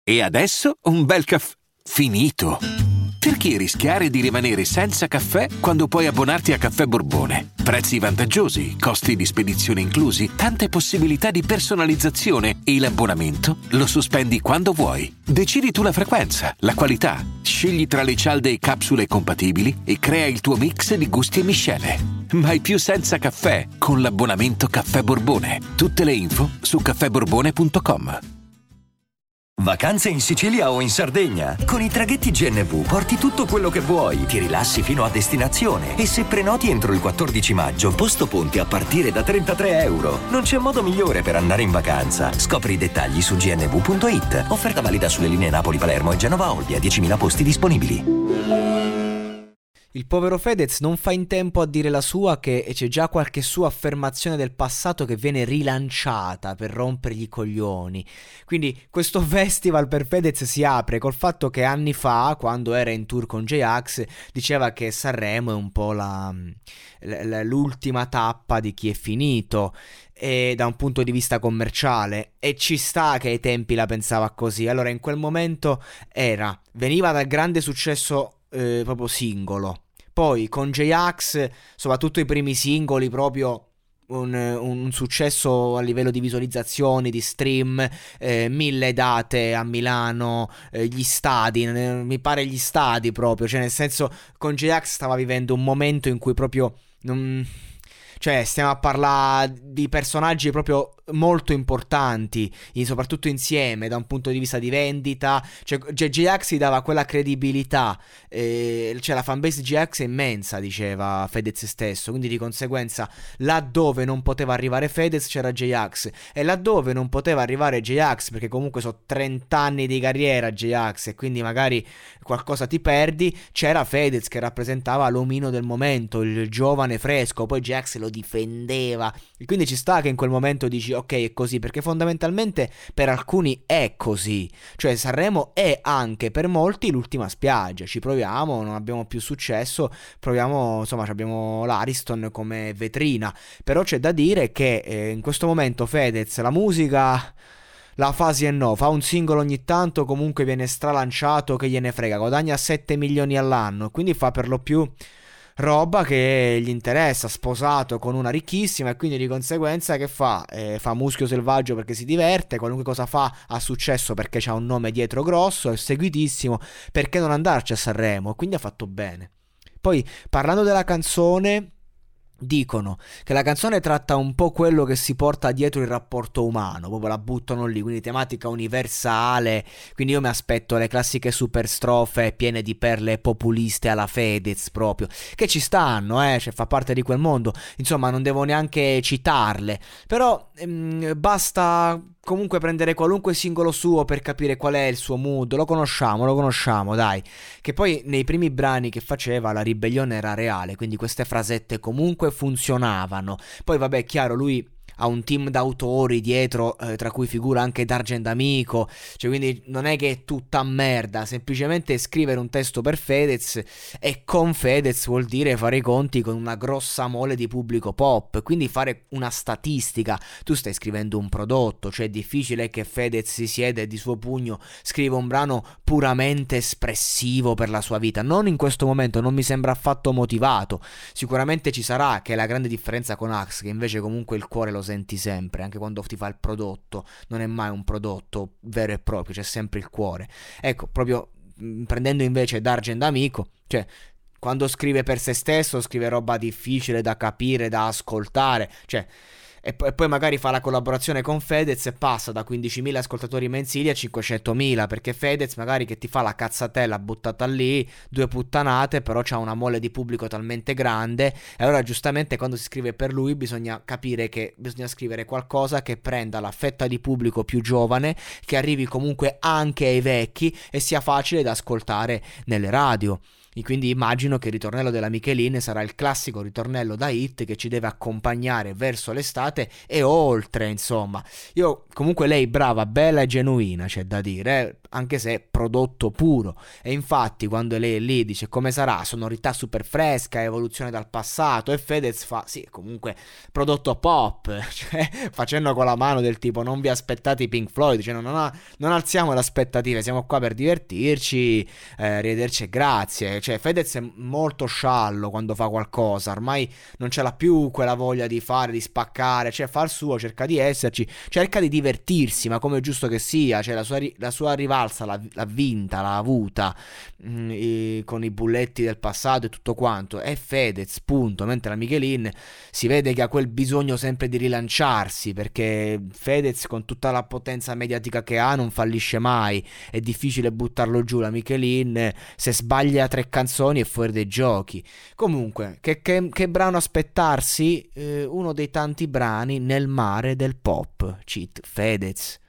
E adesso un bel caffè finito. Perché rischiare di rimanere senza caffè quando puoi abbonarti a Caffè Borbone? Prezzi vantaggiosi, costi di spedizione inclusi, tante possibilità di personalizzazione e l'abbonamento lo sospendi quando vuoi. Decidi tu la frequenza, la qualità, scegli tra le cialde e capsule compatibili e crea il tuo mix di gusti e miscele. Mai più senza caffè con l'abbonamento Caffè Borbone. Tutte le info su caffèborbone.com. Vacanze in Sicilia o in Sardegna? Con i traghetti GNV porti tutto quello che vuoi, ti rilassi fino a destinazione e se prenoti entro il 14 maggio, posto ponti a partire da €33. Non c'è modo migliore per andare in vacanza. Scopri i dettagli su gnv.it. Offerta valida sulle linee Napoli-Palermo e Genova-Olbia, 10.000 posti disponibili. Il povero Fedez non fa in tempo a dire la sua, che c'è già qualche sua affermazione del passato che viene rilanciata per rompergli i coglioni. Quindi questo festival per Fedez si apre col fatto che anni fa, quando era in tour con J-Ax, diceva che Sanremo è un po' l'ultima tappa di chi è finito, e da un punto di vista commerciale, e ci sta che ai tempi la pensava così. Allora in quel momento veniva dal grande successo proprio singolo. Poi con J-Ax, soprattutto i primi singoli, proprio un successo a livello di visualizzazioni, di stream, 1000 date a Milano, gli stadi, mi pare gli stadi proprio, cioè nel senso, con J-Ax stava vivendo un momento in cui proprio cioè stiamo a parlare di personaggi proprio molto importanti, soprattutto insieme da un punto di vista di vendita. Cioè J-Ax si dava quella credibilità, cioè la fanbase di J-Ax è immensa, diceva Fedez stesso, quindi di conseguenza laddove non poteva arrivare Fedez c'era J-Ax, e laddove non poteva arrivare J-Ax, perché comunque sono 30 anni di carriera J-Ax e quindi magari qualcosa ti perdi, c'era Fedez che rappresentava l'omino del momento, il giovane fresco. Poi J-Ax lo difendeva, e quindi ci sta che in quel momento dici ok, è così, perché fondamentalmente per alcuni è così. Cioè Sanremo è anche per molti l'ultima spiaggia, ci proviamo, non abbiamo più successo, proviamo, insomma abbiamo l'Ariston come vetrina. Però c'è da dire che in questo momento Fedez la musica la fa sì e no, fa un singolo ogni tanto, comunque viene stralanciato, che gliene frega, guadagna 7 milioni all'anno, quindi fa per lo più roba che gli interessa, sposato con una ricchissima, e quindi di conseguenza che fa? Fa Muschio Selvaggio perché si diverte, qualunque cosa fa ha successo perché c'ha un nome dietro grosso, è seguitissimo, perché non andarci a Sanremo? Quindi ha fatto bene. Poi parlando della canzone, dicono che la canzone tratta un po' quello che si porta dietro il rapporto umano, proprio la buttano lì, quindi tematica universale. Quindi io mi aspetto le classiche super strofe piene di perle populiste alla Fedez proprio, che ci stanno, cioè fa parte di quel mondo, insomma non devo neanche citarle, però basta comunque prendere qualunque singolo suo per capire qual è il suo mood. Lo conosciamo, dai. Che poi nei primi brani che faceva la ribellione era reale, quindi queste frasette comunque funzionavano. Poi vabbè, è chiaro, lui ha un team d'autori dietro, tra cui figura anche D'Argent Amico, cioè quindi non è che è tutta merda, semplicemente scrivere un testo per Fedez, e con Fedez vuol dire fare i conti con una grossa mole di pubblico pop, quindi fare una statistica. Tu stai scrivendo un prodotto, cioè è difficile che Fedez si siede e di suo pugno scriva un brano puramente espressivo per la sua vita. Non in questo momento, non mi sembra affatto motivato. Sicuramente ci sarà, che è la grande differenza con Axe, che invece comunque il cuore lo senti sempre, anche quando ti fa il prodotto, non è mai un prodotto vero e proprio, c'è sempre il cuore. Ecco, proprio prendendo invece D'Argent Amico, cioè quando scrive per se stesso scrive roba difficile da capire, da ascoltare, cioè e poi magari fa la collaborazione con Fedez e passa da 15.000 ascoltatori mensili a 500.000, perché Fedez magari che ti fa la cazzatella buttata lì, due puttanate, però c'ha una mole di pubblico talmente grande, e allora giustamente quando si scrive per lui bisogna capire che bisogna scrivere qualcosa che prenda la fetta di pubblico più giovane, che arrivi comunque anche ai vecchi e sia facile da ascoltare nelle radio. Quindi immagino che il ritornello della Michelin sarà il classico ritornello da hit che ci deve accompagnare verso l'estate e oltre, insomma. Io comunque lei brava, bella e genuina, c'è da dire, anche se prodotto puro. E infatti quando lei è lì dice come sarà, sonorità super fresca, evoluzione dal passato, e Fedez fa sì, comunque prodotto pop, cioè facendo con la mano del tipo non vi aspettate i Pink Floyd, cioè non alziamo le aspettative, siamo qua per divertirci, arrivederci e grazie. Cioè Fedez è molto sciallo quando fa qualcosa, ormai non ce l'ha più quella voglia di fare, di spaccare, cioè fa il suo, cerca di esserci, cerca di divertirsi, ma come è giusto che sia, cioè la sua rivalsa l'ha vinta, l'ha avuta con i bulletti del passato e tutto quanto, è Fedez, punto. Mentre la Michelin si vede che ha quel bisogno sempre di rilanciarsi, perché Fedez con tutta la potenza mediatica che ha non fallisce mai, è difficile buttarlo giù. La Michelin se sbaglia 3 canzoni è fuori dai giochi. Comunque che brano aspettarsi? Uno dei tanti brani nel mare del pop, cheat Fedez.